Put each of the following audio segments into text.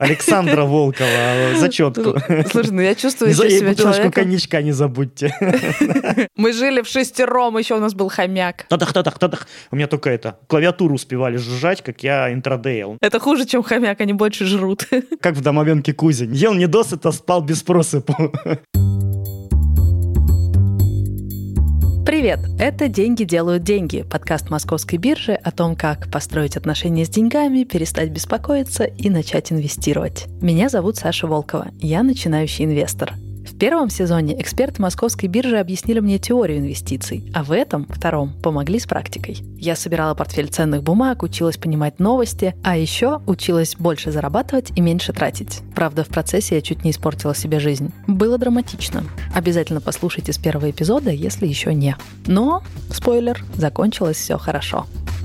Александра Волкова, зачетку. Слушай, я чувствую себя человеком... Бутылочку коньячка не забудьте. Мы жили в шестером, еще у нас был хомяк. Тадах. У меня только клавиатуру успевали жужжать, как я интродейл. Это хуже, чем хомяк, они больше жрут. Как в домовенке Кузя. Ел не досыта, спал без просыпу. Привет! Это «Деньги делают деньги» — подкаст Московской биржи о том, как построить отношения с деньгами, перестать беспокоиться и начать инвестировать. Меня зовут Саша Волкова, я начинающий инвестор. В первом сезоне эксперты Московской биржи объяснили мне теорию инвестиций, а в этом, втором, помогли с практикой. Я собирала портфель ценных бумаг, училась понимать новости, а еще училась больше зарабатывать и меньше тратить. Правда, в процессе я чуть не испортила себе жизнь. Было драматично. Обязательно послушайте с первого эпизода, если еще не. Но, спойлер, закончилось все хорошо.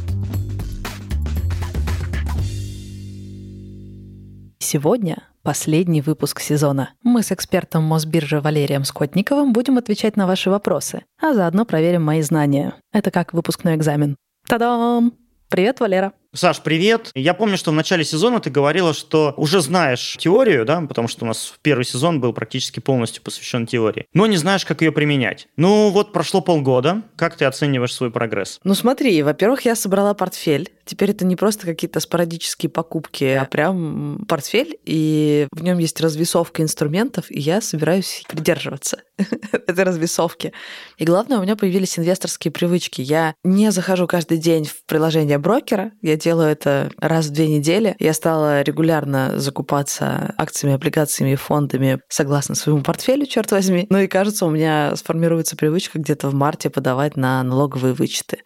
Сегодня последний выпуск сезона. Мы с экспертом Мосбиржи Валерием Скотниковым будем отвечать на ваши вопросы, а заодно проверим мои знания. Это как выпускной экзамен. Та-дам! Привет, Валера! Саш, привет. Я помню, что в начале сезона ты говорила, что уже знаешь теорию, да, потому что у нас первый сезон был практически полностью посвящен теории, но не знаешь, как ее применять. Ну вот прошло полгода. Как ты оцениваешь свой прогресс? Ну смотри, во-первых, я собрала портфель. Теперь это не просто какие-то спорадические покупки, а прям портфель, и в нем есть развесовка инструментов, и я собираюсь придерживаться этой развесовки. И главное, у меня появились инвесторские привычки. Я не захожу каждый день в приложение брокера, я делаю это раз в 2 недели. Я стала регулярно закупаться акциями, облигациями и фондами согласно своему портфелю, черт возьми. Ну и кажется, у меня сформируется привычка где-то в марте подавать на налоговые вычеты.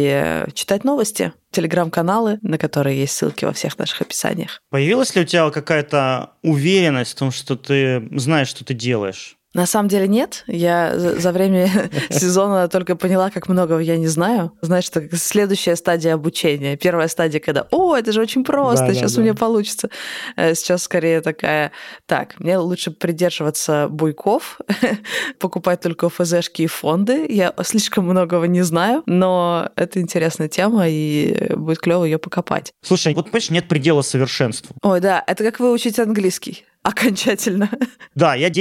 И читать новости, телеграм-каналы, на которые есть ссылки во всех наших описаниях. Появилась ли у тебя какая-то уверенность в том, что ты знаешь, что ты делаешь? На самом деле нет. Я за время сезона только поняла, как многого я не знаю. Знаешь, это следующая стадия обучения. Первая стадия, когда это же очень просто, сейчас у меня получится. Сейчас скорее такая, мне лучше придерживаться буйков, покупать только ОФЗшки и фонды. Я слишком многого не знаю, но это интересная тема, и будет клево ее покопать. Слушай, вот понимаешь, нет предела совершенству. Ой, да, это как выучить английский. Окончательно. Да, я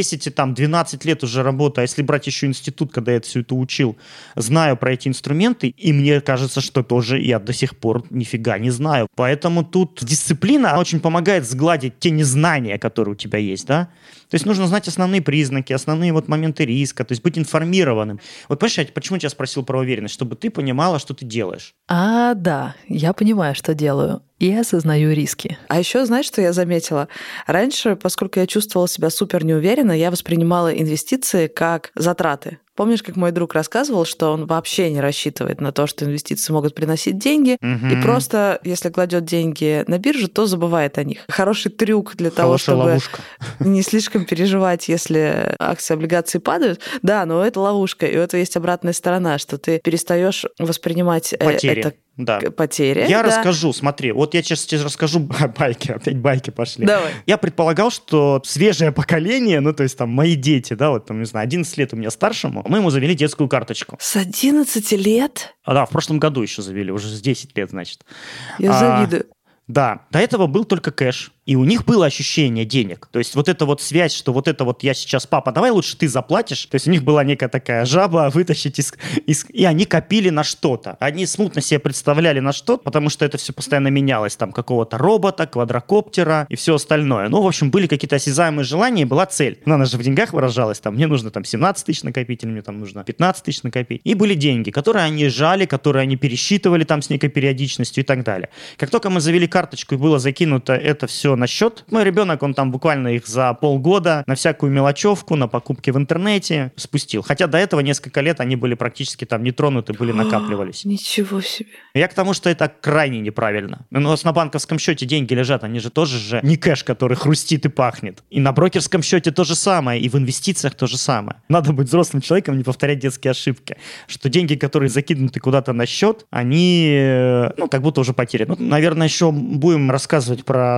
12 лет уже работаю, а если брать еще институт, когда я все это учил, знаю про эти инструменты, и мне кажется, что тоже я до сих пор нифига не знаю. Поэтому тут дисциплина очень помогает сгладить те незнания, которые у тебя есть, да? То есть нужно знать основные признаки, основные моменты риска, то есть быть информированным. Вот понимаешь, я почему тебя спросил про уверенность? Чтобы ты понимала, что ты делаешь. Да, я понимаю, что делаю. И осознаю риски. А еще, знаешь, что я заметила? Раньше, поскольку я чувствовала себя супер неуверенно, я воспринимала инвестиции как затраты. Помнишь, как мой друг рассказывал, что он вообще не рассчитывает на то, что инвестиции могут приносить деньги, и просто, если кладет деньги на биржу, то забывает о них. Хороший трюк для того, чтобы ловушка. Не слишком переживать, если акции, облигации падают. Да, но это ловушка, и у этого есть обратная сторона, что ты перестаешь воспринимать это потери. Я расскажу, смотри, вот я сейчас тебе расскажу байки, опять байки пошли. Давай. Я предполагал, что свежее поколение, то есть там мои дети, не знаю, 11 лет у меня старшему, мы ему завели детскую карточку. С 11 лет? Да, в прошлом году еще завели, уже с 10 лет, значит. Я завидую. Да, до этого был только кэш. И у них было ощущение денег. То есть вот эта связь, что я сейчас, папа, давай лучше ты заплатишь. То есть у них была некая такая жаба вытащить и они копили на что-то. Они смутно себе представляли на что, потому что это все постоянно менялось. Там какого-то робота, квадрокоптера и все остальное. В общем, были какие-то осязаемые желания, и была цель. Она же в деньгах выражалась. Мне нужно 17 тысяч накопить, или мне нужно 15 тысяч накопить. И были деньги, которые они жали, которые они пересчитывали с некой периодичностью и так далее. Как только мы завели карточку и было закинуто это все на счет. Мой ребенок, он буквально их за полгода на всякую мелочевку, на покупки в интернете спустил. Хотя до этого несколько лет они были практически не тронуты, были накапливались. Ничего себе. Я к тому, что это крайне неправильно. У нас на банковском счете деньги лежат, они же тоже не кэш, который хрустит и пахнет. И на брокерском счете то же самое, и в инвестициях то же самое. Надо быть взрослым человеком, не повторять детские ошибки. Что деньги, которые закинуты куда-то на счет, они как будто уже потеряны. Наверное, еще будем рассказывать про то, как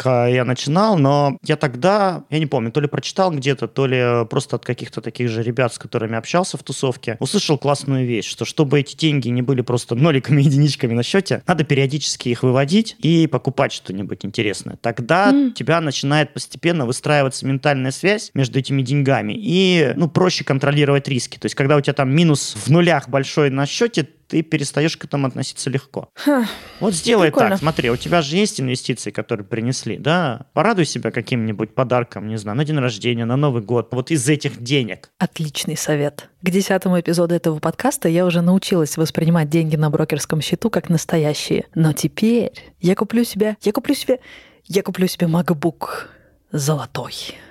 только я начинал, но я тогда, я не помню, то ли прочитал где-то, то ли просто от каких-то таких же ребят, с которыми общался в тусовке, услышал классную вещь, что чтобы эти деньги не были просто ноликами, единичками на счете, надо периодически их выводить и покупать что-нибудь интересное. Тогда у тебя начинает постепенно выстраиваться ментальная связь между этими деньгами и, проще контролировать риски. То есть, когда у тебя там минус в нулях большой на счете, ты перестаешь к этому относиться легко. Вот сделай так, смотри, у тебя же есть инвестиции, которые принесли, да? Порадуй себя каким-нибудь подарком, не знаю, на день рождения, на Новый год, вот из этих денег. Отличный совет. К 10-му эпизоду этого подкаста я уже научилась воспринимать деньги на брокерском счету как настоящие. Но теперь я куплю себе MacBook золотой.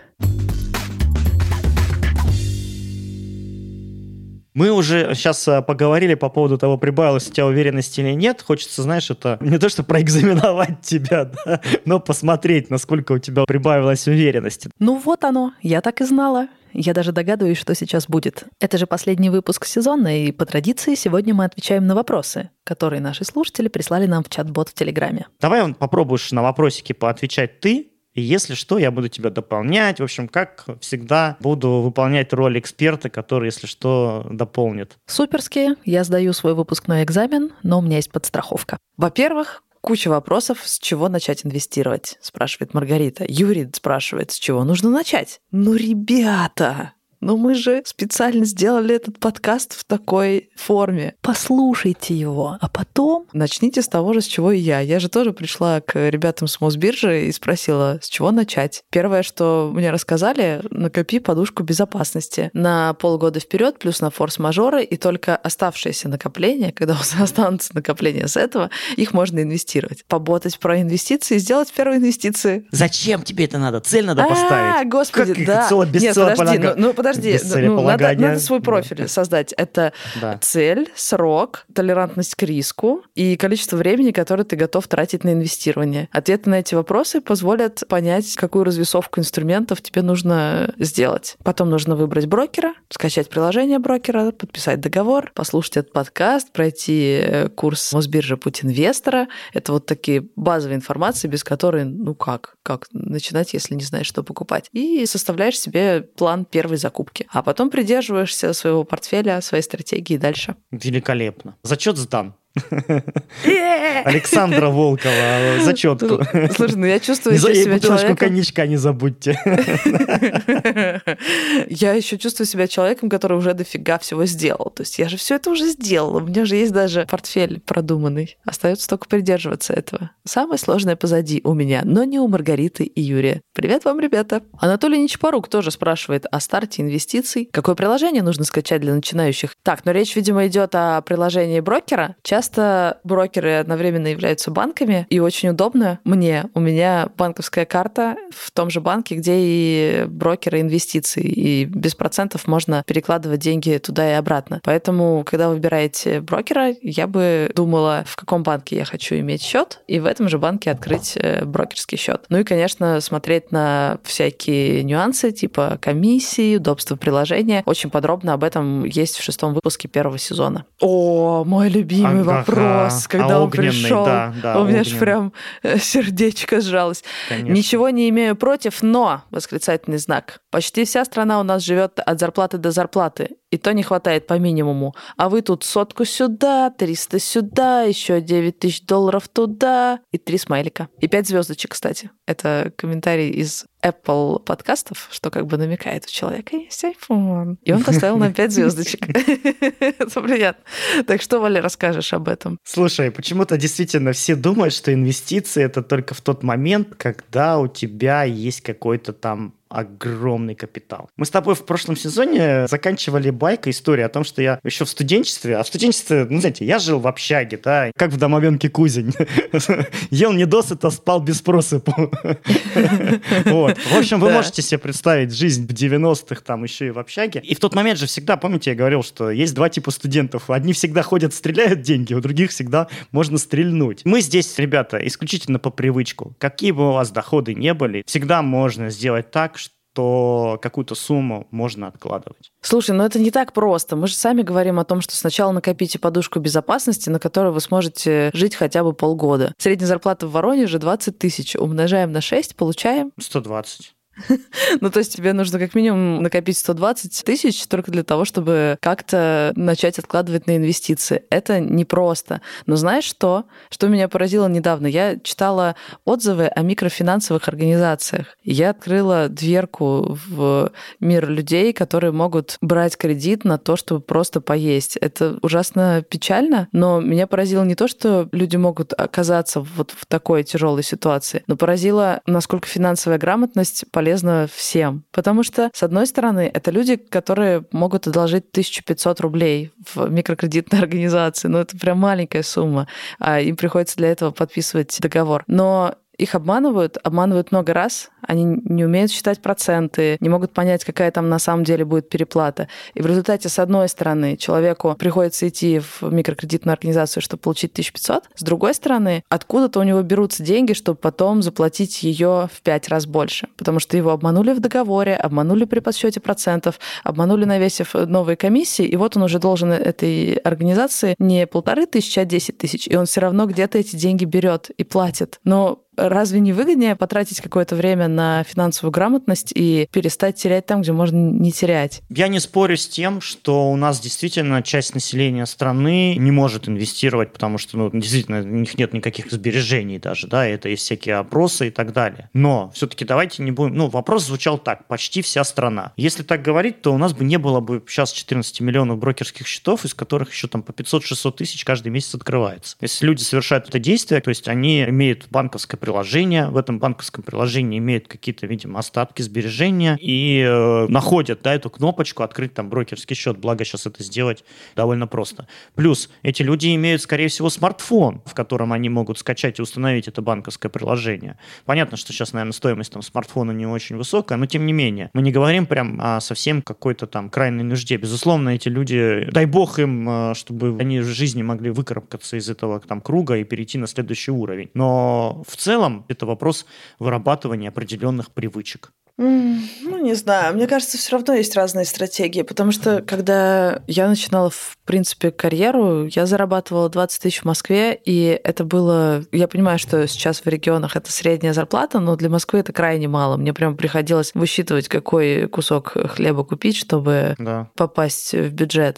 Мы уже сейчас поговорили по поводу того, прибавилась у тебя уверенности или нет. Хочется, знаешь, это не то, что проэкзаменовать тебя, да, но посмотреть, насколько у тебя прибавилась уверенности. Ну вот оно, я так и знала. Я даже догадываюсь, что сейчас будет. Это же последний выпуск сезона, и по традиции сегодня мы отвечаем на вопросы, которые наши слушатели прислали нам в чат-бот в Телеграме. Давай попробуешь на вопросики поотвечать ты. И если что, я буду тебя дополнять. В общем, как всегда, буду выполнять роль эксперта, который, если что, дополнит. Суперски. Я сдаю свой выпускной экзамен, но у меня есть подстраховка. Во-первых, куча вопросов, с чего начать инвестировать, спрашивает Маргарита. Юрий спрашивает, с чего нужно начать. Ну, ребята, мы же специально сделали этот подкаст в такой форме. Послушайте его, а потом начните с того же, с чего и я. Я же тоже пришла к ребятам с Мосбиржи и спросила, с чего начать. Первое, что мне рассказали, накопи подушку безопасности на полгода вперед, плюс на форс-мажоры, и только оставшиеся накопления, когда у вас останутся накопления с этого, их можно инвестировать. Поботать про инвестиции, сделать первые инвестиции. Зачем тебе это надо? Цель надо поставить. Господи, как да. Нет, подожди. Надо свой профиль создать. Это цель, срок, толерантность к риску и количество времени, которое ты готов тратить на инвестирование. Ответы на эти вопросы позволят понять, какую развесовку инструментов тебе нужно сделать. Потом нужно выбрать брокера, скачать приложение брокера, подписать договор, послушать этот подкаст, пройти курс Мосбиржи «Путь инвестора». Это вот такие базовые информации, без которой, как начинать, если не знаешь, что покупать. И составляешь себе план первой закупки. А потом придерживаешься своего портфеля, своей стратегии дальше. Великолепно. Зачет сдан. Александра Волкова, зачетку. Слушай, я чувствую себя человеком... бутылочку коньячка не забудьте. Я еще чувствую себя человеком, который уже дофига всего сделал. То есть я же все это уже сделала. У меня же есть даже портфель продуманный. Остается только придерживаться этого. Самое сложное позади у меня, но не у Маргариты и Юрия. Привет вам, ребята. Анатолий Нечапорук тоже спрашивает о старте инвестиций. Какое приложение нужно скачать для начинающих? Так, но речь, видимо, идет о приложении брокера. Часто брокеры одновременно являются банками, и очень удобно у меня банковская карта в том же банке, где и брокеры инвестиций, и без процентов можно перекладывать деньги туда и обратно. Поэтому, когда вы выбираете брокера, я бы думала, в каком банке я хочу иметь счет, и в этом же банке открыть брокерский счет. Ну и, конечно, смотреть на всякие нюансы, типа комиссии, удобства приложения. Очень подробно об этом есть в 6-м выпуске 1-го сезона. О, мой любимый вопрос, когда он пришел. У меня же прям сердечко сжалось. Конечно. Ничего не имею против, но, восклицательный знак, почти вся страна у нас живет от зарплаты до зарплаты. И то не хватает по минимуму. А вы тут 100 сюда, 300 сюда, еще $9000 туда и 3 смайлика. И 5 звездочек, кстати. Это комментарий из Apple подкастов, что как бы намекает, у человека есть iPhone. И он поставил нам 5 звездочек. Это приятно. Так что, Валя, расскажешь об этом? Слушай, почему-то действительно все думают, что инвестиции — это только в тот момент, когда у тебя есть какой-то там огромный капитал. Мы с тобой в прошлом сезоне заканчивали историю о том, что я еще в студенчестве, знаете, я жил в общаге, да, как в домовенке Кузень. Ел недосыто, спал без просыпу. Вот. В общем, вы можете себе представить жизнь в 90-х там еще и в общаге. И в тот момент же всегда, помните, я говорил, что есть два типа студентов. Одни всегда ходят, стреляют деньги, у других всегда можно стрельнуть. Мы здесь, ребята, исключительно по привычку. Какие бы у вас доходы не были, всегда можно сделать так, то какую-то сумму можно откладывать. Слушай, но это не так просто. Мы же сами говорим о том, что сначала накопите подушку безопасности, на которой вы сможете жить хотя бы полгода. Средняя зарплата в Воронеже 20 тысяч. Умножаем на 6, получаем... 120. Ну, то есть тебе нужно как минимум накопить 120 тысяч только для того, чтобы как-то начать откладывать на инвестиции. Это непросто. Но знаешь что? Что меня поразило недавно? Я читала отзывы о микрофинансовых организациях. Я открыла дверку в мир людей, которые могут брать кредит на то, чтобы просто поесть. Это ужасно печально, но меня поразило не то, что люди могут оказаться вот в такой тяжелой ситуации, но поразило, насколько финансовая грамотность полезно всем. Потому что, с одной стороны, это люди, которые могут одолжить 1500 рублей в микрокредитной организации. Ну, это прям маленькая сумма. А им приходится для этого подписывать договор. Но их обманывают много раз. Они не умеют считать проценты, не могут понять, какая там на самом деле будет переплата. И в результате, с одной стороны, человеку приходится идти в микрокредитную организацию, чтобы получить 1500. С другой стороны, откуда-то у него берутся деньги, чтобы потом заплатить ее в 5 раз больше. Потому что его обманули в договоре, обманули при подсчете процентов, обманули, навесив новые комиссии, и вот он уже должен этой организации не 1500, а 10 тысяч. И он все равно где-то эти деньги берет и платит. Но разве не выгоднее потратить какое-то время на финансовую грамотность и перестать терять там, где можно не терять? Я не спорю с тем, что у нас действительно часть населения страны не может инвестировать, потому что, действительно, у них нет никаких сбережений даже, да, это есть всякие опросы и так далее. Но все-таки давайте не будем... вопрос звучал так: почти вся страна. Если так говорить, то у нас бы не было бы сейчас 14 миллионов брокерских счетов, из которых еще там по 500-600 тысяч каждый месяц открывается. Если люди совершают это действие, то есть они имеют банковское приложение, в этом банковском приложении имеют какие-то, видимо, остатки, сбережения и находят, да, эту кнопочку «Открыть там брокерский счет», благо сейчас это сделать довольно просто. Плюс эти люди имеют, скорее всего, смартфон, в котором они могут скачать и установить это банковское приложение. Понятно, что сейчас, наверное, стоимость там смартфона не очень высокая, но тем не менее, мы не говорим прям о совсем какой-то там крайней нужде. Безусловно, эти люди, дай бог им, чтобы они в жизни могли выкарабкаться из этого там круга и перейти на следующий уровень. Но в целом это вопрос вырабатывания определенных привычек. Не знаю. Мне кажется, все равно есть разные стратегии, потому что когда я начинала, в принципе, карьеру, я зарабатывала 20 тысяч в Москве, и это было... Я понимаю, что сейчас в регионах это средняя зарплата, но для Москвы это крайне мало. Мне прям приходилось высчитывать, какой кусок хлеба купить, чтобы попасть в бюджет.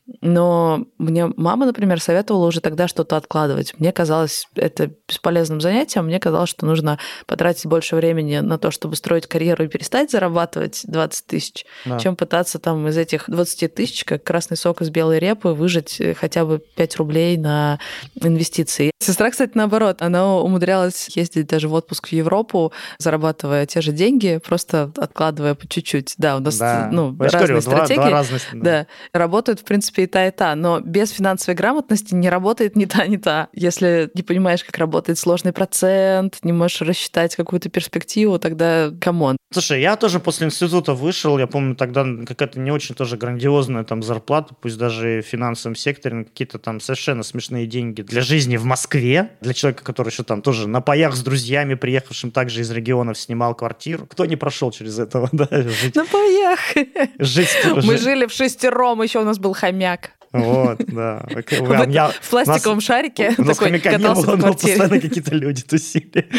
Но мне мама, например, советовала уже тогда что-то откладывать. Мне казалось это бесполезным занятием. Мне казалось, что нужно потратить больше времени на то, чтобы строить карьеру и перестать зарабатывать 20 тысяч, чем пытаться там из этих 20 тысяч, как красный сок из белой репы, выжать хотя бы 5 рублей на инвестиции. Сестра, кстати, наоборот, она умудрялась ездить даже в отпуск в Европу, зарабатывая те же деньги, просто откладывая по чуть-чуть. Да, у нас разные стратегии. Два разности, да. Работают, в принципе, и та, но без финансовой грамотности не работает ни та, ни та. Если не понимаешь, как работает сложный процент, не можешь рассчитать какую-то перспективу, тогда камон. Слушай, я тоже после института вышел, я помню, тогда какая-то не очень тоже грандиозная там зарплата, пусть даже в финансовом секторе, какие-то там совершенно смешные деньги для жизни в Москве, для человека, который еще там тоже на паях с друзьями, приехавшим также из регионов, снимал квартиру. Кто не прошел через этого, да? На паях. Мы жили в шестером, еще у нас был хомяк. Вот, да. В пластиковом шарике такой катался по квартире. Постоянно какие-то люди тусили.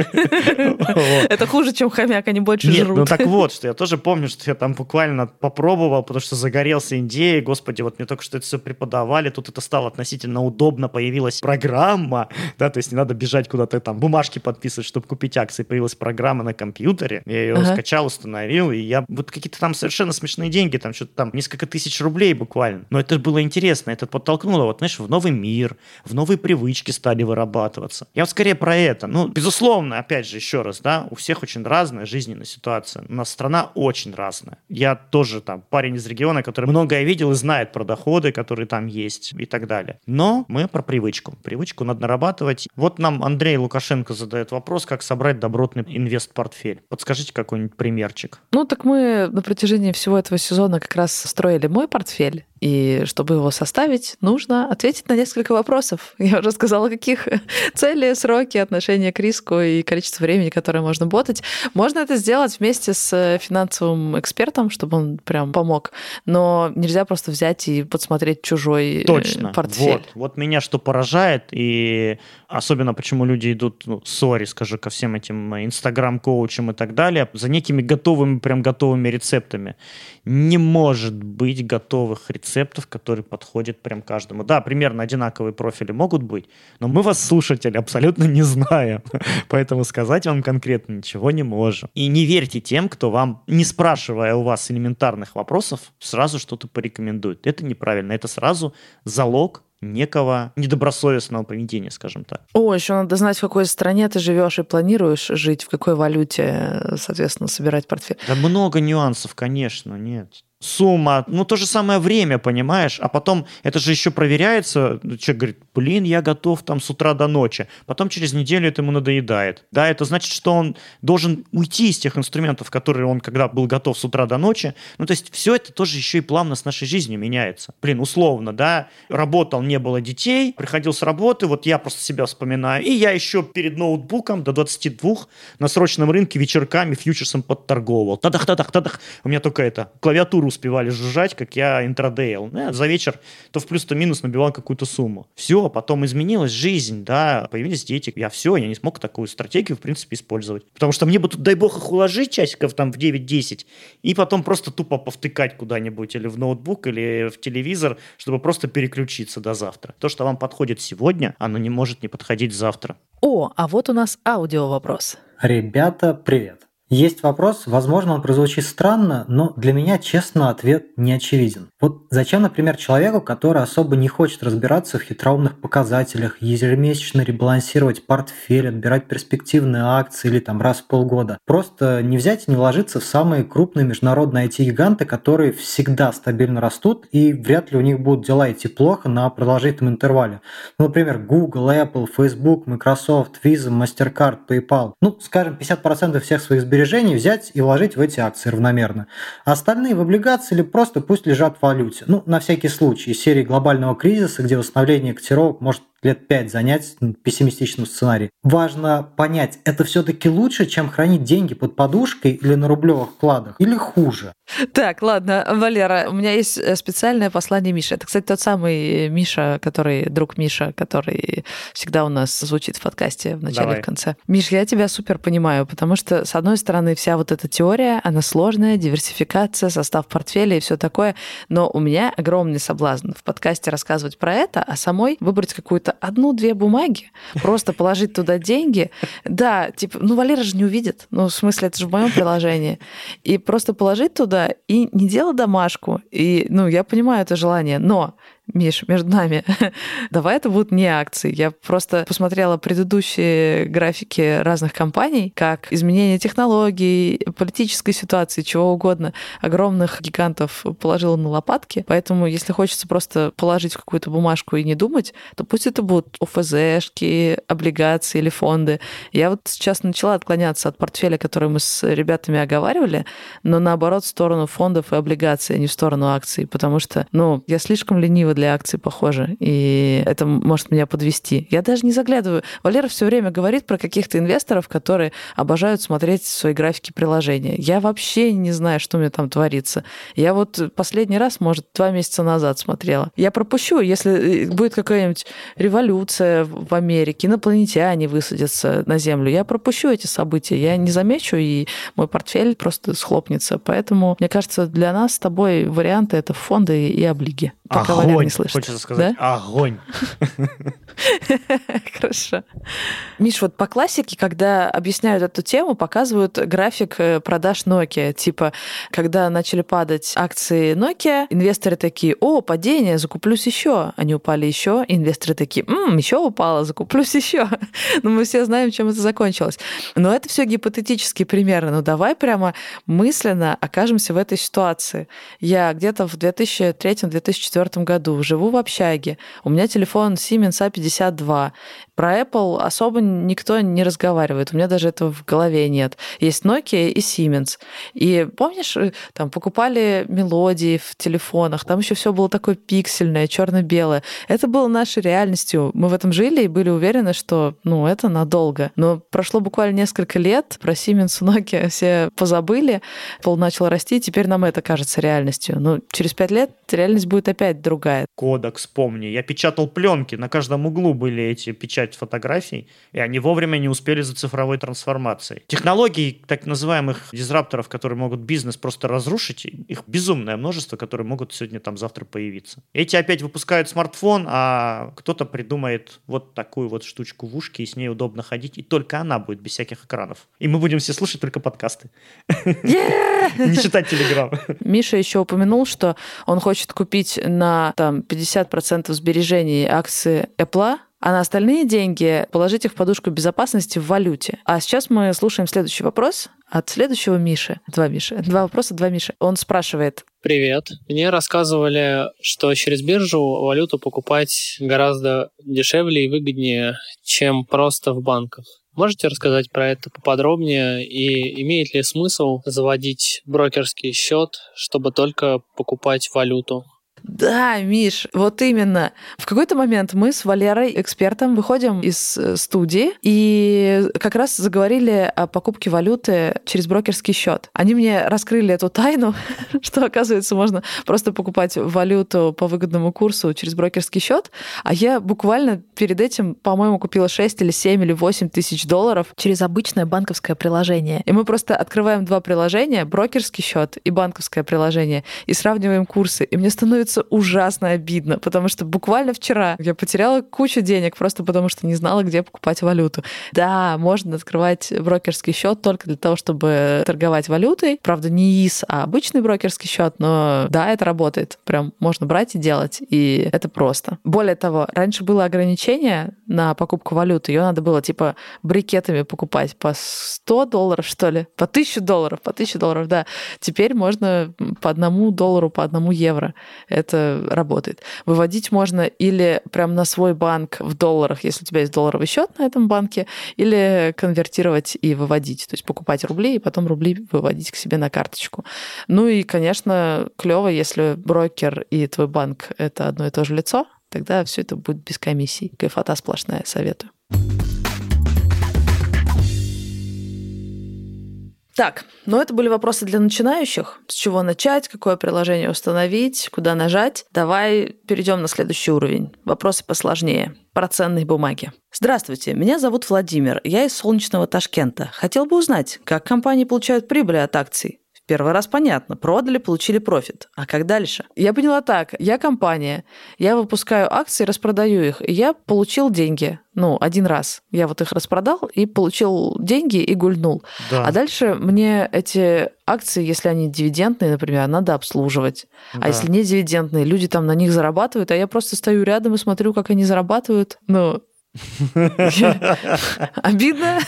Это хуже, чем хомяк, они больше жрут. Ну так вот, что я тоже помню, что я там буквально попробовал, потому что загорелся идеей. Господи, вот мне только что это все преподавали, тут это стало относительно удобно, появилась программа, да, то есть не надо бежать куда-то там бумажки подписывать, чтобы купить акции. Появилась программа на компьютере, я ее скачал, установил, и я вот какие-то там совершенно смешные деньги, там что-то там несколько тысяч рублей буквально. Но это было интересно, это подтолкнуло, вот, знаешь, в новый мир, в новые привычки стали вырабатываться. Я вот скорее про это. Безусловно, опять же, еще раз, да, у всех очень разная жизненная ситуация. У нас страна очень разная. Я тоже там парень из региона, который многое видел и знает про доходы, которые там есть и так далее. Но мы про привычку. Привычку надо нарабатывать. Вот нам Андрей Лукашенко задает вопрос, как собрать добротный инвест-портфель. Подскажите какой-нибудь примерчик. Так мы на протяжении всего этого сезона как раз строили мой портфель. И чтобы его составить, нужно ответить на несколько вопросов. Я уже сказала, каких цели, сроки, отношения к риску и количество времени, которое можно ботать. Можно это сделать вместе с финансовым экспертом, чтобы он прям помог. Но нельзя просто взять и подсмотреть чужой портфель. Вот меня что поражает, и особенно почему люди идут, скажу, ко всем этим инстаграм-коучам и так далее, за некими готовыми рецептами. Не может быть готовых рецептов, которые подходят прям каждому. Да, примерно одинаковые профили могут быть, но мы вас, слушатели, абсолютно не знаем, поэтому сказать вам конкретно ничего не можем. И не верьте тем, кто вам, не спрашивая у вас элементарных вопросов, сразу что-то порекомендует. Это неправильно, это сразу залог некого недобросовестного поведения, скажем так. Еще надо знать, в какой стране ты живешь и планируешь жить, в какой валюте, соответственно, собирать портфель. Да много нюансов, конечно, нет. Сумма, то же самое время, понимаешь? А потом это же еще проверяется. Человек говорит, я готов там с утра до ночи. Потом через неделю это ему надоедает. Да, это значит, что он должен уйти из тех инструментов, которые он когда был готов с утра до ночи. То есть все это тоже еще и плавно с нашей жизнью меняется. Условно, да, работал, не было детей, приходил с работы, вот я просто себя вспоминаю, и я еще перед ноутбуком до 22 на срочном рынке вечерками фьючерсом подторговал. Тадах. У меня только клавиатуру успевали жужжать, как я интрадейл. За вечер то в плюс, то в минус набивал какую-то сумму. Все, потом изменилась жизнь, да, появились дети. Я не смог такую стратегию, в принципе, использовать. Потому что мне бы тут, дай бог, их уложить часиков там в 9-10, и потом просто тупо повтыкать куда-нибудь или в ноутбук, или в телевизор, чтобы просто переключиться до завтра. То, что вам подходит сегодня, оно не может не подходить завтра. А вот у нас аудио-вопрос. Ребята, привет. Есть вопрос, возможно, он прозвучит странно, но для меня, честно, ответ не очевиден. Вот зачем, например, человеку, который особо не хочет разбираться в хитроумных показателях, ежемесячно ребалансировать портфель, отбирать перспективные акции или раз в полгода, просто не взять и не вложиться в самые крупные международные IT-гиганты, которые всегда стабильно растут и вряд ли у них будут дела идти плохо на продолжительном интервале. Например, Google, Apple, Facebook, Microsoft, Visa, MasterCard, PayPal. Скажем, 50% всех своих сбережений взять и вложить в эти акции равномерно. А остальные в облигации или просто пусть лежат в валюте. На всякий случай, из серии глобального кризиса, где восстановление котировок может лет 5 занять пессимистичным сценарием. Важно понять, это все-таки лучше, чем хранить деньги под подушкой или на рублевых вкладах, или хуже? Так, ладно, Валера, у меня есть специальное послание Миши. Это, кстати, тот самый Миша, друг Миша, который всегда у нас звучит в подкасте в начале и в конце. Миш, я тебя супер понимаю, потому что, с одной стороны, вся вот эта теория, она сложная, диверсификация, состав портфеля и все такое, но у меня огромный соблазн в подкасте рассказывать про это, а самой выбрать какую-то одну-две бумаги, просто положить туда деньги. Да, Валера же не увидит. В смысле, это же в моем приложении. И просто положить туда и не делать домашку. И, я понимаю это желание, но Миш, между нами, давай это будут не акции. Я просто посмотрела предыдущие графики разных компаний, как изменение технологий, политической ситуации, чего угодно. Огромных гигантов положила на лопатки. Поэтому, если хочется просто положить в какую-то бумажку и не думать, то пусть это будут ОФЗшки, облигации или фонды. Я вот сейчас начала отклоняться от портфеля, который мы с ребятами оговаривали, но наоборот в сторону фондов и облигаций, а не в сторону акций, потому что, я слишком ленива для акций, похоже, и это может меня подвести. Я даже не заглядываю. Валера все время говорит про каких-то инвесторов, которые обожают смотреть свои графики приложения. Я вообще не знаю, что у меня там творится. Я вот последний раз, может, 2 месяца назад смотрела. Я пропущу, если будет какая-нибудь революция в Америке, инопланетяне высадятся на Землю. Я пропущу эти события, я не замечу, и мой портфель просто схлопнется. Поэтому, мне кажется, для нас с тобой варианты — это фонды и облиги. Пока Валера не слышит. Хочется сказать, да? Огонь. Хорошо. Миш, вот по классике, когда объясняют эту тему, показывают график продаж Nokia. Типа, когда начали падать акции Nokia, инвесторы такие: падение, закуплюсь еще. Они упали еще, инвесторы такие: еще упало, закуплюсь еще. Мы все знаем, чем это закончилось. Но это все гипотетические примеры. Давай прямо мысленно окажемся в этой ситуации. Я где-то в 2003-2004 году живу в общаге. У меня телефон Siemens A50 52. Про Apple особо никто не разговаривает. У меня даже этого в голове нет. Есть Nokia и Siemens. И помнишь, там покупали мелодии в телефонах, там еще все было такое пиксельное, черно-белое. Это было нашей реальностью. Мы в этом жили и были уверены, что это надолго. Но прошло буквально несколько лет, про Siemens и Nokia все позабыли, Apple начал расти, теперь нам это кажется реальностью. Но через 5 лет реальность будет опять другая. Кодек, вспомни. Я печатал пленки, на каждом углу были эти печать фотографий, и они вовремя не успели за цифровой трансформацией. Технологий, так называемых дизрапторов, которые могут бизнес просто разрушить, их безумное множество, которые могут сегодня там завтра появиться. Эти опять выпускают смартфон, а кто-то придумает вот такую вот штучку в ушке, и с ней удобно ходить, и только она будет без всяких экранов. И мы будем все слушать только подкасты. Не читать Телеграм. Миша еще упомянул, что он хочет купить на 50% сбережений акции Apple, а на остальные деньги положить их в подушку безопасности в валюте. А сейчас мы слушаем следующий вопрос от следующего Миши. Два вопроса, два Миши. Он спрашивает. Привет. Мне рассказывали, что через биржу валюту покупать гораздо дешевле и выгоднее, чем просто в банках. Можете рассказать про это поподробнее и имеет ли смысл заводить брокерский счет, чтобы только покупать валюту? Да, Миш, вот именно. В какой-то момент мы с Валерой, экспертом, выходим из студии и как раз заговорили о покупке валюты через брокерский счет. Они мне раскрыли эту тайну, что, оказывается, можно просто покупать валюту по выгодному курсу через брокерский счет, а я буквально перед этим, по-моему, купила 6 или 7 или 8 тысяч долларов через обычное банковское приложение. И мы просто открываем два приложения, брокерский счет и банковское приложение, и сравниваем курсы. И мне становится ужасно обидно, потому что буквально вчера я потеряла кучу денег просто потому, что не знала, где покупать валюту. Да, можно открывать брокерский счет только для того, чтобы торговать валютой. Правда, не ИС, а обычный брокерский счет, но да, это работает. Прям можно брать и делать, и это просто. Более того, раньше было ограничение на покупку валюты. Ее надо было типа брикетами покупать по $100, что ли, по $1000, да. Теперь можно по $1, по €1. Это работает. Выводить можно или прям на свой банк в долларах, если у тебя есть долларовый счет на этом банке, или конвертировать и выводить. То есть покупать рубли и потом рубли выводить к себе на карточку. Ну и, конечно, клево, если брокер и твой банк — это одно и то же лицо, тогда все это будет без комиссий. Кайфота сплошная, советую. Так, это были вопросы для начинающих. С чего начать, какое приложение установить, куда нажать. Давай перейдем на следующий уровень. Вопросы посложнее. Про ценные бумаги. Здравствуйте, меня зовут Владимир. Я из солнечного Ташкента. Хотел бы узнать, как компании получают прибыль от акций. Первый раз понятно. Продали, получили профит. А как дальше? Я поняла так. Я компания. Я выпускаю акции, распродаю их. И я получил деньги. Один раз. Я их распродал и получил деньги и гульнул. Да. А дальше мне эти акции, если они дивидендные, например, надо обслуживать. Да. А если не дивидендные, люди там на них зарабатывают, а я просто стою рядом и смотрю, как они зарабатывают. Обидно?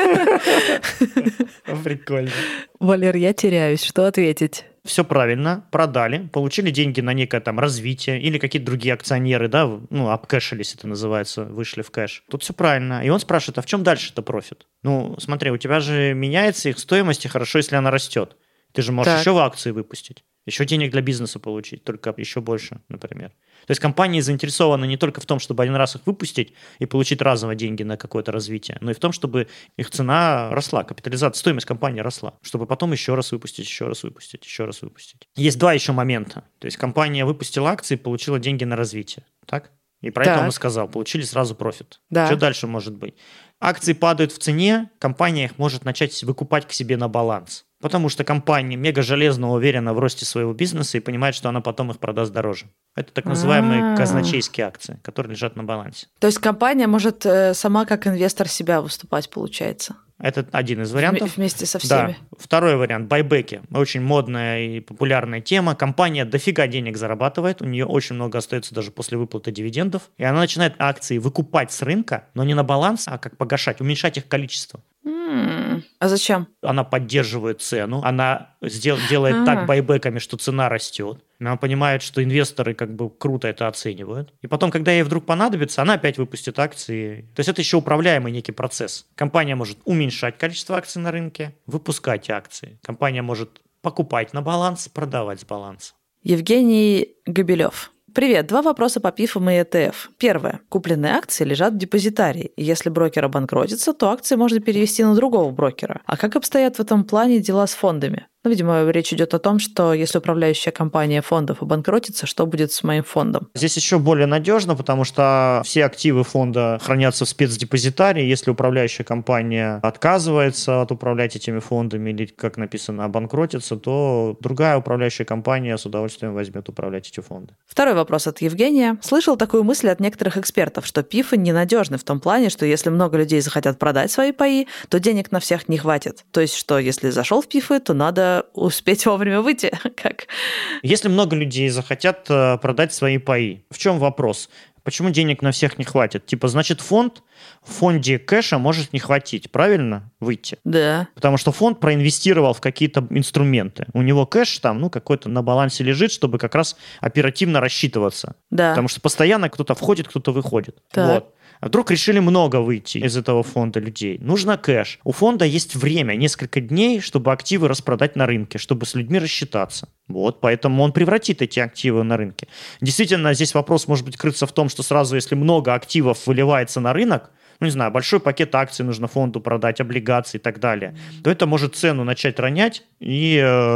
Прикольно. Валер, я теряюсь. Что ответить? Все правильно, продали, получили деньги на некое там развитие или какие-то другие акционеры, да, обкэшились, это называется, вышли в кэш. Тут все правильно. И он спрашивает, а в чем дальше-то профит? Смотри, у тебя же меняется их стоимость, и хорошо, если она растет. Ты же можешь еще в акции выпустить. Еще денег для бизнеса получить, только еще больше, например. То есть компании заинтересованы не только в том, чтобы один раз их выпустить и получить разово деньги на какое-то развитие, но и в том, чтобы их цена росла, капитализация, стоимость компании росла, чтобы потом еще раз выпустить, еще раз выпустить, еще раз выпустить. Есть два еще момента. То есть компания выпустила акции и получила деньги на развитие, так? И про это он и сказал, получили сразу профит. Да. Что дальше может быть? Акции падают в цене, компания их может начать выкупать к себе на баланс. Потому что компания мега железно уверена в росте своего бизнеса и понимает, что она потом их продаст дороже. Это так называемые казначейские акции, которые лежат на балансе. То есть компания может сама как инвестор себя выступать, получается? Это один из вариантов. Вместе со всеми. Да. Второй вариант – байбеки. Очень модная и популярная тема. Компания дофига денег зарабатывает, у нее очень много остается даже после выплаты дивидендов, и она начинает акции выкупать с рынка, но не на баланс, а как погашать, уменьшать их количество. А зачем? Она поддерживает цену, она делает так байбеками, что цена растет. Она понимает, что инвесторы как бы круто это оценивают. И потом, когда ей вдруг понадобится, она опять выпустит акции. То есть это еще управляемый некий процесс. Компания может уменьшать количество акций на рынке, выпускать акции. Компания может покупать на баланс, продавать с баланса. Евгений Габелев. Привет. 2 вопроса по ПИФам и ETF. Первое. Купленные акции лежат в депозитарии, и если брокер обанкротится, то акции можно перевести на другого брокера. А как обстоят в этом плане дела с фондами? Видимо, речь идет о том, что если управляющая компания фондов обанкротится, что будет с моим фондом? Здесь еще более надежно, потому что все активы фонда хранятся в спецдепозитарии. Если управляющая компания отказывается от управлять этими фондами или, как написано, обанкротится, то другая управляющая компания с удовольствием возьмет управлять эти фонды. Второй вопрос от Евгения. Слышал такую мысль от некоторых экспертов, что ПИФы ненадежны в том плане, что если много людей захотят продать свои паи, то денег на всех не хватит. То есть, что если зашел в ПИФы, то надо успеть вовремя выйти. Как? Если много людей захотят продать свои паи, в чем вопрос? Почему денег на всех не хватит? Значит, в фонде кэша может не хватить, правильно? Выйти. Да. Потому что фонд проинвестировал в какие-то инструменты. У него кэш там, какой-то на балансе лежит, чтобы как раз оперативно рассчитываться. Да. Потому что постоянно кто-то входит, кто-то выходит. Так. Вот. А вдруг решили много выйти из этого фонда людей? Нужно кэш. У фонда есть время, несколько дней, чтобы активы распродать на рынке, чтобы с людьми рассчитаться. Вот, поэтому он превратит эти активы на рынке. Действительно, здесь вопрос может быть крыться в том, что сразу, если много активов выливается на рынок, большой пакет акций нужно фонду продать, облигаций и так далее, то это может цену начать ронять, и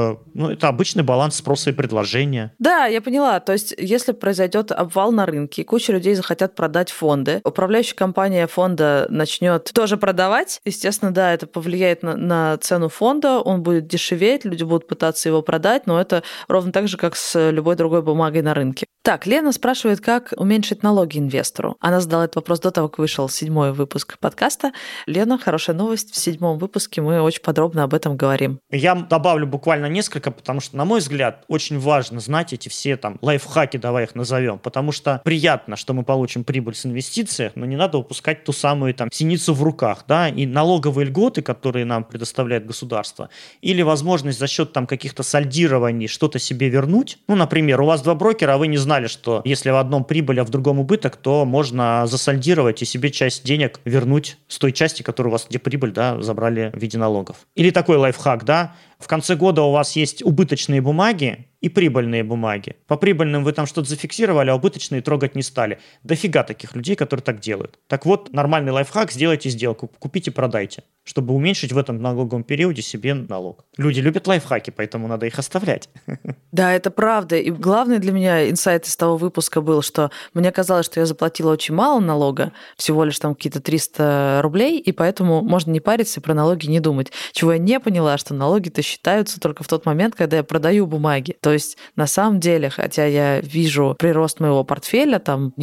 это обычный баланс спроса и предложения. Да, я поняла. То есть, если произойдет обвал на рынке, куча людей захотят продать фонды, управляющая компания фонда начнет тоже продавать, естественно, да, это повлияет на цену фонда, он будет дешеветь, люди будут пытаться его продать, но это ровно так же, как с любой другой бумагой на рынке. Так, Лена спрашивает, как уменьшить налоги инвестору. Она задала этот вопрос до того, как вышел 7-й выпуск подкаста. Лена, хорошая новость, в 7-м выпуске мы очень подробно об этом говорим. Я добавлю буквально несколько, потому что, на мой взгляд, очень важно знать эти все лайфхаки, давай их назовем, потому что приятно, что мы получим прибыль с инвестиций, но не надо упускать ту самую синицу в руках, да, и налоговые льготы, которые нам предоставляет государство, или возможность за счет каких-то сольдирований что-то себе вернуть. Например, у вас 2 брокера, а вы не знали, что если в одном прибыль, а в другом убыток, то можно засольдировать и себе часть денег вернуть с той части, которую у вас, где прибыль, да, забрали в виде налогов. Или такой лайфхак, да, в конце года у вас есть убыточные бумаги и прибыльные бумаги. По прибыльным вы там что-то зафиксировали, а убыточные трогать не стали. Дофига таких людей, которые так делают. Так вот, нормальный лайфхак, сделайте сделку, купите, продайте, чтобы уменьшить в этом налоговом периоде себе налог. Люди любят лайфхаки, поэтому надо их оставлять. Да, это правда. И главный для меня инсайт из того выпуска был, что мне казалось, что я заплатила очень мало налога, всего лишь какие-то 300 рублей, и поэтому можно не париться и про налоги не думать. Чего я не поняла, что налоги-то считаются только в тот момент, когда я продаю бумаги. То есть на самом деле, хотя я вижу прирост моего портфеля,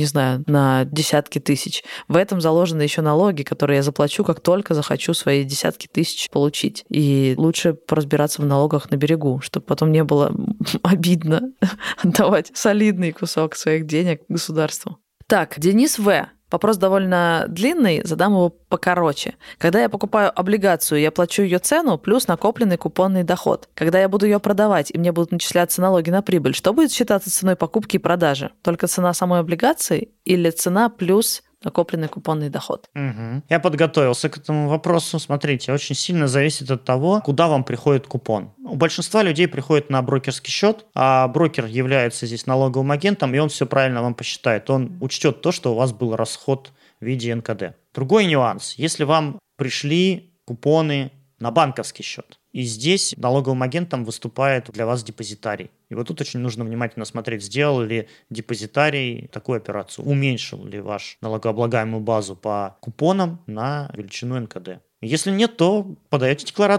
на десятки тысяч, в этом заложены еще налоги, которые я заплачу, как только захочу свои десятки тысяч получить. И лучше поразбираться в налогах на берегу, чтобы потом не было обидно отдавать солидный кусок своих денег государству. Так, Денис В. Вопрос довольно длинный, задам его покороче. Когда я покупаю облигацию, я плачу ее цену плюс накопленный купонный доход. Когда я буду ее продавать, и мне будут начисляться налоги на прибыль, что будет считаться ценой покупки и продажи? Только цена самой облигации или цена плюс накопленный купонный доход? Угу. Я подготовился к этому вопросу. Смотрите, очень сильно зависит от того, куда вам приходит купон. У большинства людей приходит на брокерский счет, а брокер является здесь налоговым агентом, и он все правильно вам посчитает. Он учтет то, что у вас был расход в виде НКД. Другой нюанс. Если вам пришли купоны на банковский счет, и здесь налоговым агентом выступает для вас депозитарий. И вот тут очень нужно внимательно смотреть, сделал ли депозитарий такую операцию, уменьшил ли ваш налогооблагаемую базу по купонам на величину НКД. Если нет, то подаете декларацию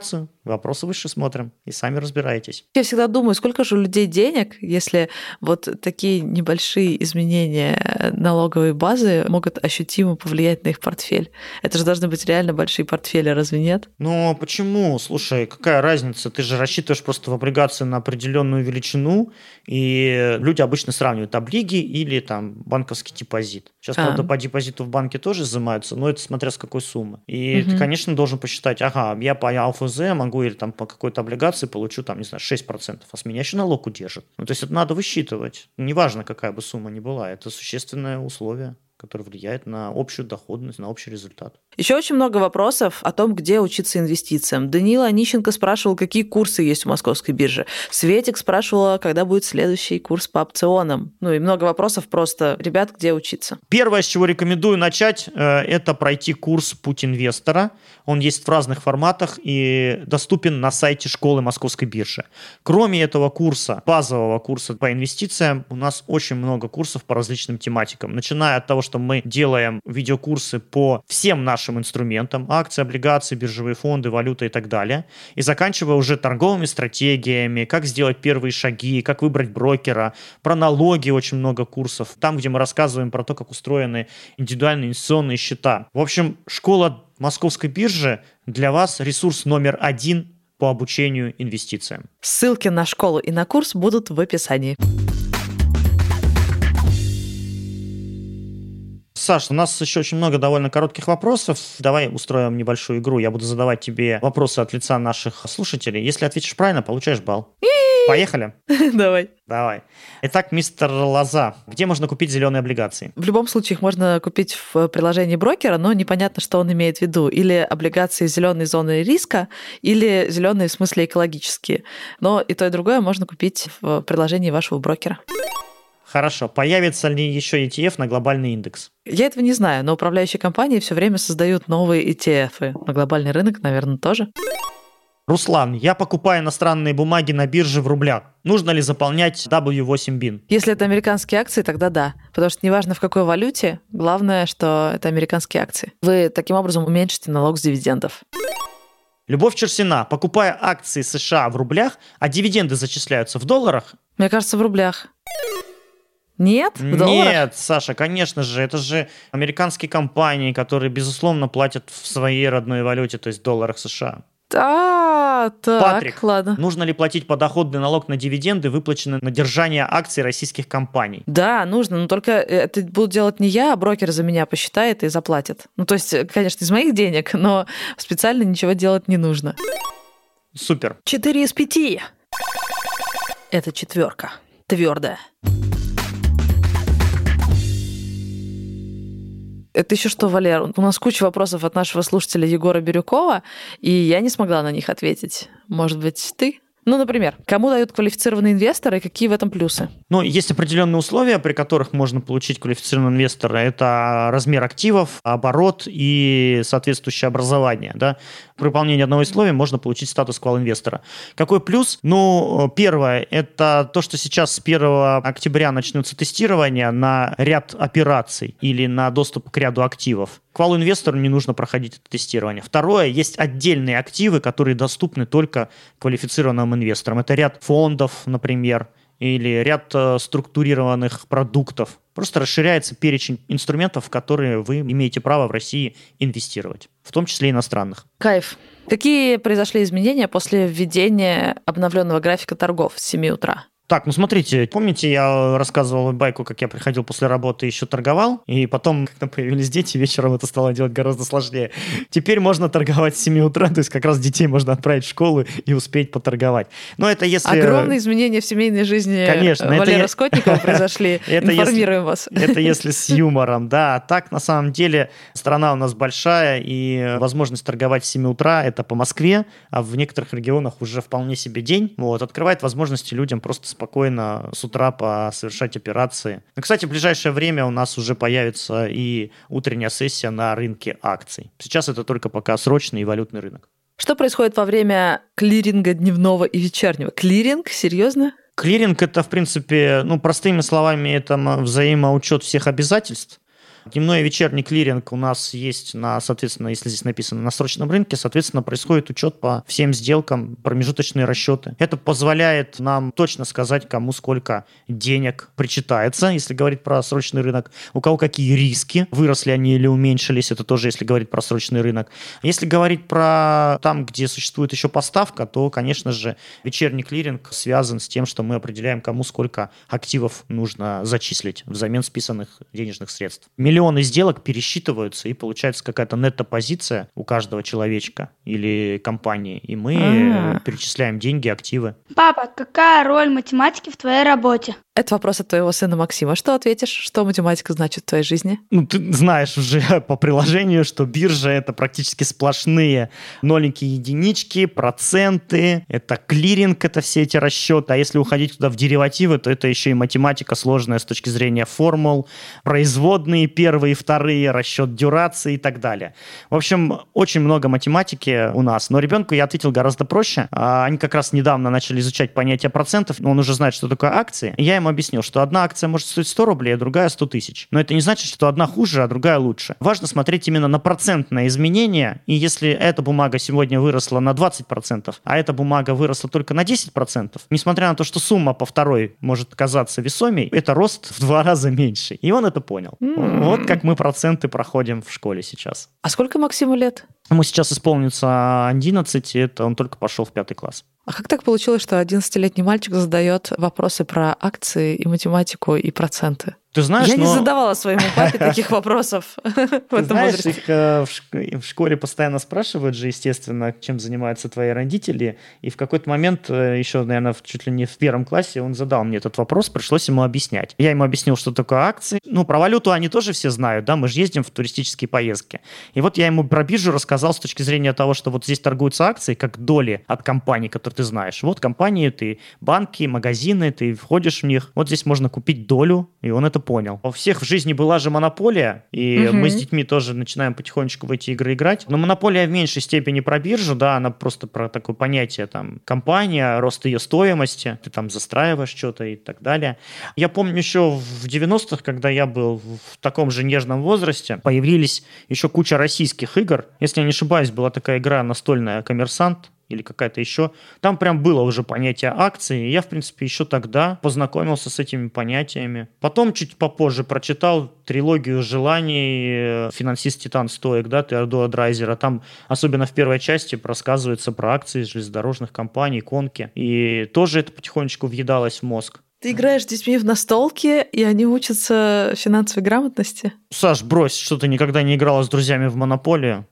Вопросы выше смотрим и сами разбираетесь. Я всегда думаю, сколько же у людей денег, если вот такие небольшие изменения налоговой базы могут ощутимо повлиять на их портфель. Это же должны быть реально большие портфели, разве нет? Ну, почему? Слушай, какая разница? Ты же рассчитываешь просто в облигации на определенную величину, и люди обычно сравнивают облиги или там банковский депозит. Сейчас, правда, по депозиту в банке тоже изымаются, но это смотря с какой суммы. И ты, конечно, должен посчитать, ага, я по АФЗ могу или там по какой-то облигации получу там, не знаю, 6%, а с меня еще налог удержат. Ну, то есть это надо высчитывать. Неважно, какая бы сумма ни была, это существенное условие, которое влияет на общую доходность, на общий результат. Еще очень много вопросов о том, где учиться инвестициям. Даниил Онищенко спрашивал, какие курсы есть у Московской биржи. Светик спрашивала, когда будет следующий курс по опционам. Ну и много вопросов просто, ребят, где учиться. Первое, с чего рекомендую начать, это пройти курс «Путь инвестора». Он есть в разных форматах и доступен на сайте школы Московской биржи. Кроме этого курса, базового курса по инвестициям, у нас очень много курсов по различным тематикам. Начиная от того, что мы делаем видеокурсы по всем нашим инструментам, акции, облигации, биржевые фонды, валюта и так далее, и заканчивая уже торговыми стратегиями, как сделать первые шаги, как выбрать брокера, про налоги очень много курсов, там, где мы рассказываем про то, как устроены индивидуальные инвестиционные счета. В общем, школа Московской биржи для вас ресурс номер 1 по обучению инвестициям. Ссылки на школу и на курс будут в описании. Саш, у нас еще очень много довольно коротких вопросов. Давай устроим небольшую игру. Я буду задавать тебе вопросы от лица наших слушателей. Если ответишь правильно, получаешь балл. Поехали? Давай. Итак, мистер Лоза, где можно купить зеленые облигации? В любом случае их можно купить в приложении брокера, но непонятно, что он имеет в виду. Или облигации зеленой зоны риска, или зеленые в смысле экологические. Но и то, и другое можно купить в приложении вашего брокера. Хорошо. Появится ли еще ETF на глобальный индекс? Я этого не знаю, но управляющие компании все время создают новые ETF. На глобальный рынок, наверное, тоже. Руслан, я покупаю иностранные бумаги на бирже в рублях. Нужно ли заполнять W8BIN? Если это американские акции, тогда да. Потому что неважно в какой валюте, главное, что это американские акции. Вы таким образом уменьшите налог с дивидендов. Любовь Черсина, покупая акции США в рублях, а дивиденды зачисляются в долларах? Мне кажется, в рублях. Нет? В долларах? Нет, Саша, конечно же, это же американские компании, которые, безусловно, платят в своей родной валюте, то есть в долларах США. Так, Патрик, ладно. нужно ли платить подоходный налог на дивиденды, выплаченные на держание акций российских компаний? Да, нужно, но только это буду делать не я, а брокер за меня посчитает и заплатит. Ну, то есть, конечно, из моих денег, но специально ничего делать не нужно. Супер. 4 из 5. Это 4. Твердая. Это еще что, Валер? У нас куча вопросов от нашего слушателя Егора Бирюкова, и я не смогла на них ответить. Может быть, ты? Ну, например, кому дают квалифицированный инвестор и какие в этом плюсы? Ну, есть определенные условия, при которых можно получить квалифицированного инвестора. Это размер активов, оборот и соответствующее образование. Да? При выполнении одного из условий можно получить статус квал-инвестора. Какой плюс? Ну, первое, это то, что сейчас с 1 октября начнутся тестирования на ряд операций или на доступ к ряду активов. Квал-инвестору не нужно проходить это тестирование. Второе, есть отдельные активы, которые доступны только квалифицированным инвесторам. Это ряд фондов, например, или ряд структурированных продуктов. Просто расширяется перечень инструментов, в которые вы имеете право в России инвестировать, в том числе иностранных. Кайф. Какие произошли изменения после введения обновленного графика торгов с 7 утра? Так, ну смотрите, помните, я рассказывал байку, как я приходил после работы и еще торговал, и потом, когда появились дети, вечером это стало делать гораздо сложнее. Теперь можно торговать с 7 утра, то есть как раз детей можно отправить в школу и успеть поторговать. Но это если... Огромные изменения в семейной жизни, конечно, Валера Скотникова произошли. Информируем вас. Это если с юмором, да. Так, на самом деле, страна у нас большая, и возможность торговать с 7 утра, это по Москве, а в некоторых регионах уже вполне себе день. Вот, открывает возможности людям просто спокойно с утра совершать операции. Ну, кстати, в ближайшее время у нас уже появится и утренняя сессия на рынке акций. Сейчас это только пока срочный и валютный рынок. Что происходит во время клиринга дневного и вечернего? Клиринг? Серьезно? Клиринг – это, в принципе, простыми словами, это взаимоучет всех обязательств. Дневной и вечерний клиринг у нас есть, соответственно, если здесь написано на срочном рынке, соответственно, происходит учет по всем сделкам, промежуточные расчеты. Это позволяет нам точно сказать, кому сколько денег причитается, если говорить про срочный рынок, у кого какие риски, выросли они или уменьшились, это тоже если говорить про срочный рынок. Если говорить про там, где существует еще поставка, то, конечно же, вечерний клиринг связан с тем, что мы определяем, кому сколько активов нужно зачислить взамен списанных денежных средств. Миллионы сделок пересчитываются, и получается какая-то нетто-позиция у каждого человечка или компании, и мы перечисляем деньги, активы. Папа, какая роль математики в твоей работе? Это вопрос от твоего сына Максима. Что ответишь? Что математика значит в твоей жизни? Ты знаешь уже по приложению, что биржа — это практически сплошные ноленькие единички, проценты, это клиринг, это все эти расчеты. А если уходить туда в деривативы, то это еще и математика сложная с точки зрения формул, производные первые и вторые, расчет дюрации и так далее. В общем, очень много математики у нас. Но ребенку я ответил гораздо проще. Они как раз недавно начали изучать понятие процентов, он уже знает, что такое акции. Я ему объяснил, что одна акция может стоить 100 рублей, а другая 100 тысяч. Но это не значит, что одна хуже, а другая лучше. Важно смотреть именно на процентное изменение, и если эта бумага сегодня выросла на 20%, а эта бумага выросла только на 10%, несмотря на то, что сумма по второй может казаться весомей, это рост в 2 раза меньше. И он это понял. Вот как мы проценты проходим в школе сейчас. А сколько Максиму лет? Ему сейчас исполнится 11, и это он только пошел в 5 класс. А как так получилось, что 11-летний мальчик задает вопросы про акции и математику и проценты? Ты знаешь, я не задавала своему папе таких вопросов в этом возрасте. Их в школе постоянно спрашивают же, естественно, чем занимаются твои родители. И в какой-то момент, еще, наверное, чуть ли не в 1 классе, он задал мне этот вопрос, пришлось ему объяснять. Я ему объяснил, что такое акции. Про валюту они тоже все знают, да, мы же ездим в туристические поездки. И вот я ему про биржу рассказал с точки зрения того, что вот здесь торгуются акции, как доли от компаний, которые ты знаешь. Вот компании, ты банки, магазины, ты входишь в них. Вот здесь можно купить долю, и он это понял. У всех в жизни была же монополия, и мы с детьми тоже начинаем потихонечку в эти игры играть. Но монополия в меньшей степени про биржу, да, она просто про такое понятие, там, компания, рост ее стоимости, ты там застраиваешь что-то и так далее. Я помню еще в 90-х, когда я был в таком же нежном возрасте, появились еще куча российских игр. Если я не ошибаюсь, была такая игра настольная «Коммерсант», или какая-то еще. Там прям было уже понятие акций, и я, в принципе, еще тогда познакомился с этими понятиями. Потом чуть попозже прочитал трилогию желаний «Финансист Титан Стоик», да, Теодора Драйзера. Там, особенно в первой части, рассказывается про акции железнодорожных компаний, конки. И тоже это потихонечку въедалось в мозг. Ты играешь с детьми в настолки, и они учатся финансовой грамотности? Саш, брось, что ты никогда не играла с друзьями в «Монополию»?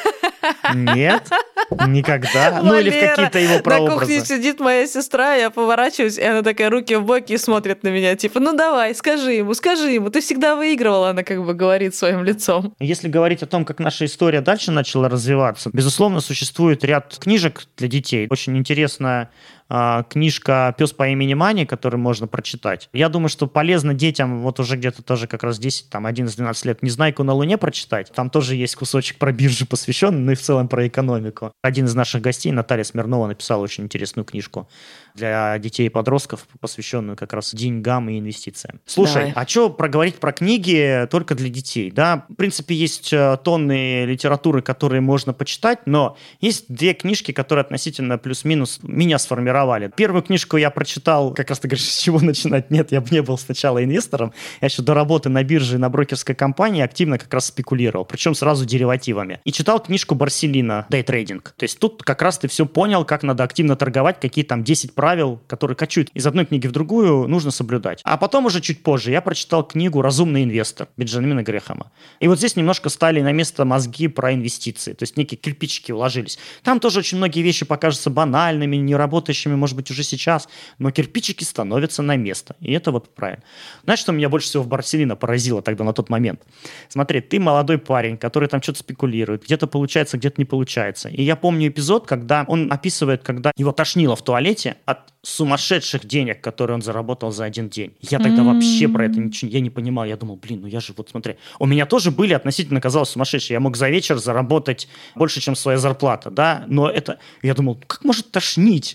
Нет? Никогда? Валера, или в какие-то его прообразы. На кухне сидит моя сестра, я поворачиваюсь, и она такая руки в боки и смотрит на меня, типа, давай, скажи ему, ты всегда выигрывала, она как бы говорит своим лицом. Если говорить о том, как наша история дальше начала развиваться, безусловно, существует ряд книжек для детей. Очень интересная книжка «Пес по имени Мани», которую можно прочитать. Я думаю, что полезно детям вот уже где-то тоже как раз 10, 11-12 лет «Незнайку на Луне» прочитать. Там тоже есть кусочек про биржу посвященный, но и в целом про экономику. Один из наших гостей, Наталья Смирнова, написала очень интересную книжку для детей и подростков, посвященную как раз деньгам и инвестициям. Слушай, а что проговорить про книги только для детей? Да, в принципе, есть тонны литературы, которые можно почитать, но есть 2 книжки, которые относительно плюс-минус меня сформировали. Первую книжку я прочитал, как раз ты говоришь, с чего начинать? Нет, я бы не был сначала инвестором. Я еще до работы на бирже и на брокерской компании активно как раз спекулировал, причем сразу деривативами. И читал книжку Барселина «Дейтрейдинг». То есть тут как раз ты все понял, как надо активно торговать, какие там 10 правил, которые качают из одной книги в другую, нужно соблюдать. А потом уже чуть позже я прочитал книгу «Разумный инвестор» Бенджамина Грэхэма. И вот здесь немножко стали на место мозги про инвестиции, то есть некие кирпичики уложились. Там тоже очень многие вещи покажутся банальными, не работающими, может быть, уже сейчас, но кирпичики становятся на место. И это вот правильно. Знаешь, что меня больше всего в Барселина поразило тогда на тот момент? Смотри, ты молодой парень, который там что-то спекулирует, где-то получается, где-то не получается. И я помню эпизод, когда он описывает, когда его тошнило в туалете от сумасшедших денег, которые он заработал за один день. Я тогда вообще про это ничего я не понимал. Я думал, я же вот смотри, у меня тоже были относительно, казалось, сумасшедшие. Я мог за вечер заработать больше, чем своя зарплата, да, но это, я думал, как может тошнить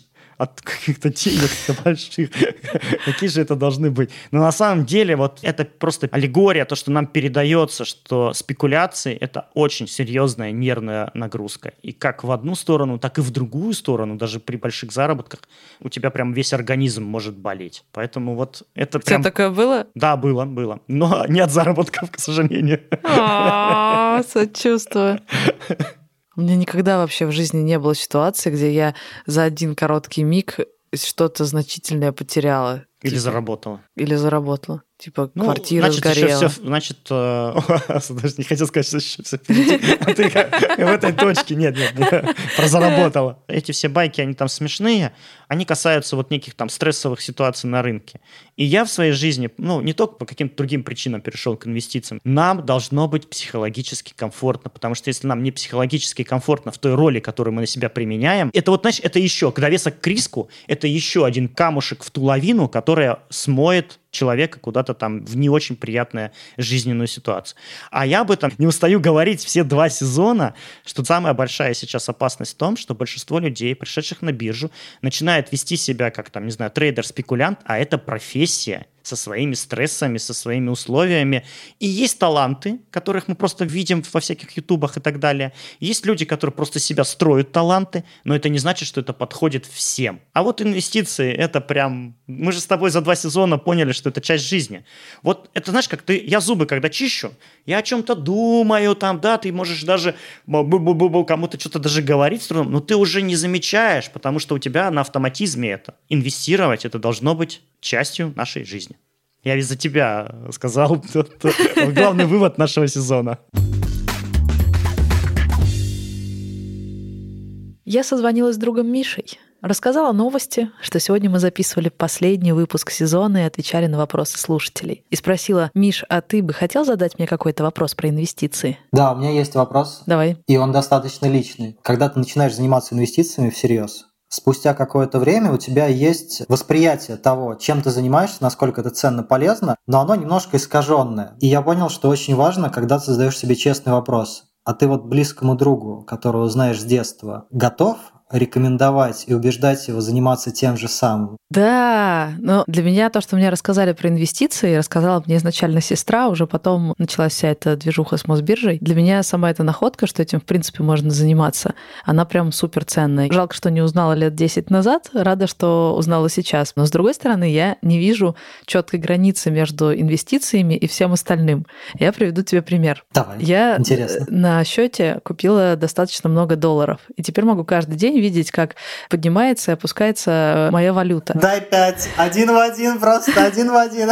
от каких-то денег больших. Какие же это должны быть? Но на самом деле вот это просто аллегория, то, что нам передается, что спекуляции – это очень серьезная нервная нагрузка. И как в одну сторону, так и в другую сторону, даже при больших заработках, у тебя прям весь организм может болеть. Поэтому вот это прям... У тебя такое было? Да, было. Но не от заработков, к сожалению. Сочувствую. У меня никогда вообще в жизни не было ситуации, где я за один короткий миг что-то значительное потеряла. Или заработала. Типа, квартира сгорела. Даже не хотел сказать, что еще все впереди. Ты в этой точке. Нет. Про заработала. Эти все байки, они там смешные. Они касаются вот неких там стрессовых ситуаций на рынке. И я в своей жизни, не только по каким-то другим причинам перешел к инвестициям, нам должно быть психологически комфортно. Потому что если нам не психологически комфортно в той роли, которую мы на себя применяем, это вот, знаешь, это еще, к довесок к риску, это еще один камушек в ту лавину, которая смоет человека куда-то там в не очень приятную жизненную ситуацию. А я об этом не устаю говорить все 2 сезона, что самая большая сейчас опасность в том, что большинство людей, пришедших на биржу, начинают вести себя как там, не знаю, трейдер-спекулянт, а это профессия со своими стрессами, со своими условиями. И есть таланты, которых мы просто видим во всяких ютубах и так далее. Есть люди, которые просто себя строят таланты, но это не значит, что это подходит всем. А вот инвестиции, это прям... Мы же с тобой за 2 сезона поняли, что это часть жизни. Вот это, знаешь, как я зубы когда чищу, я о чем-то думаю, там, да, ты можешь даже кому-то что-то даже говорить, но ты уже не замечаешь, потому что у тебя на автоматизме это. Инвестировать это должно быть частью нашей жизни. Я ведь за тебя сказал главный вывод нашего сезона. Я созвонилась с другом Мишей, рассказала новости, что сегодня мы записывали последний выпуск сезона и отвечали на вопросы слушателей. И спросила: Миш, а ты бы хотел задать мне какой-то вопрос про инвестиции? Да, у меня есть вопрос. Давай. И он достаточно личный. Когда ты начинаешь заниматься инвестициями всерьез, спустя какое-то время у тебя есть восприятие того, чем ты занимаешься, насколько это ценно, полезно, но оно немножко искаженное. И я понял, что очень важно, когда ты задаешь себе честный вопрос: а ты вот близкому другу, которого знаешь с детства, готов рекомендовать и убеждать его заниматься тем же самым? Да, но для меня то, что мне рассказали про инвестиции, рассказала мне изначально сестра, уже потом началась вся эта движуха с Мосбиржей. Для меня сама эта находка, что этим в принципе можно заниматься, она прям супер ценная. Жалко, что не узнала лет 10 назад, рада, что узнала сейчас. Но с другой стороны, я не вижу четкой границы между инвестициями и всем остальным. Я приведу тебе пример. Давай, я интересно. На счете купила достаточно много долларов, и теперь могу каждый день видеть, как поднимается и опускается моя валюта. Дай 5. 1 в 1, просто 1 в 1.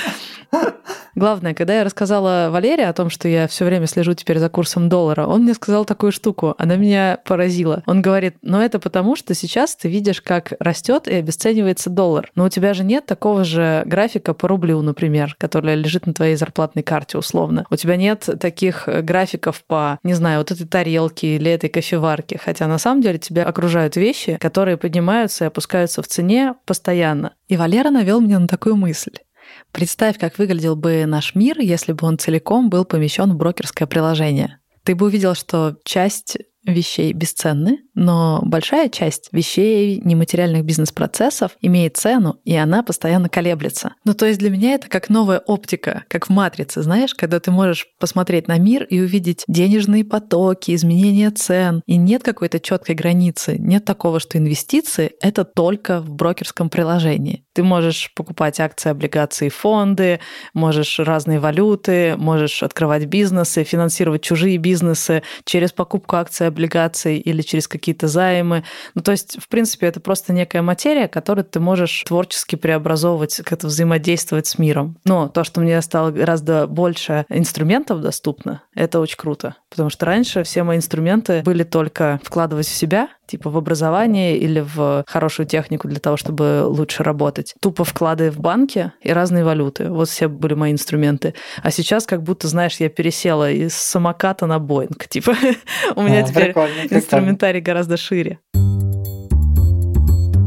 Главное, когда я рассказала Валерии о том, что я все время слежу теперь за курсом доллара, он мне сказал такую штуку, она меня поразила. Он говорит: но это потому, что сейчас ты видишь, как растет и обесценивается доллар. Но у тебя же нет такого же графика по рублю, например, который лежит на твоей зарплатной карте условно. У тебя нет таких графиков по, не знаю, вот этой тарелке или этой кофеварке. Хотя на самом деле тебя окружают вещи, которые поднимаются и опускаются в цене постоянно. И Валера навел меня на такую мысль. Представь, как выглядел бы наш мир, если бы он целиком был помещен в брокерское приложение. Ты бы увидел, что часть вещей бесценны, но большая часть вещей, нематериальных бизнес-процессов имеет цену, и она постоянно колеблется. Ну, то есть для меня это как новая оптика, как в «Матрице», знаешь, когда ты можешь посмотреть на мир и увидеть денежные потоки, изменения цен, и нет какой-то четкой границы, нет такого, что инвестиции — это только в брокерском приложении. Ты можешь покупать акции, облигации, фонды, можешь разные валюты, можешь открывать бизнесы, финансировать чужие бизнесы через покупку акций, облигаций или через какие-то займы. Ну, то есть, в принципе, это просто некая материя, которую ты можешь творчески преобразовывать, как-то взаимодействовать с миром. Но то, что мне стало гораздо больше инструментов доступно, это очень круто. Потому что раньше все мои инструменты были только вкладывать в себя, типа в образование или в хорошую технику для того, чтобы лучше работать. Тупо вклады в банки и разные валюты. Вот все были мои инструменты. А сейчас как будто, знаешь, я пересела из самоката на Боинг. Типа у меня теперь инструментарий гораздо шире.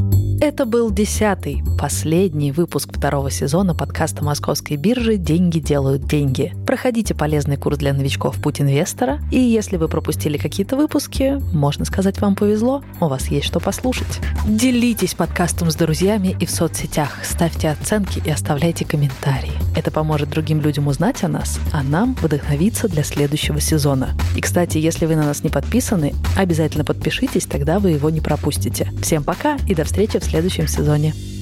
Это был 10-й, последний выпуск 2-го сезона подкаста Московской биржи «Деньги делают деньги». Проходите полезный курс для новичков «Путь инвестора». И если вы пропустили какие-то выпуски, можно сказать, вам повезло, у вас есть что послушать. Делитесь подкастом с друзьями и в соцсетях, ставьте оценки и оставляйте комментарии. Это поможет другим людям узнать о нас, а нам вдохновиться для следующего сезона. И, кстати, если вы на нас не подписаны, обязательно подпишитесь, тогда вы его не пропустите. Всем пока и до встречи в следующем сезоне.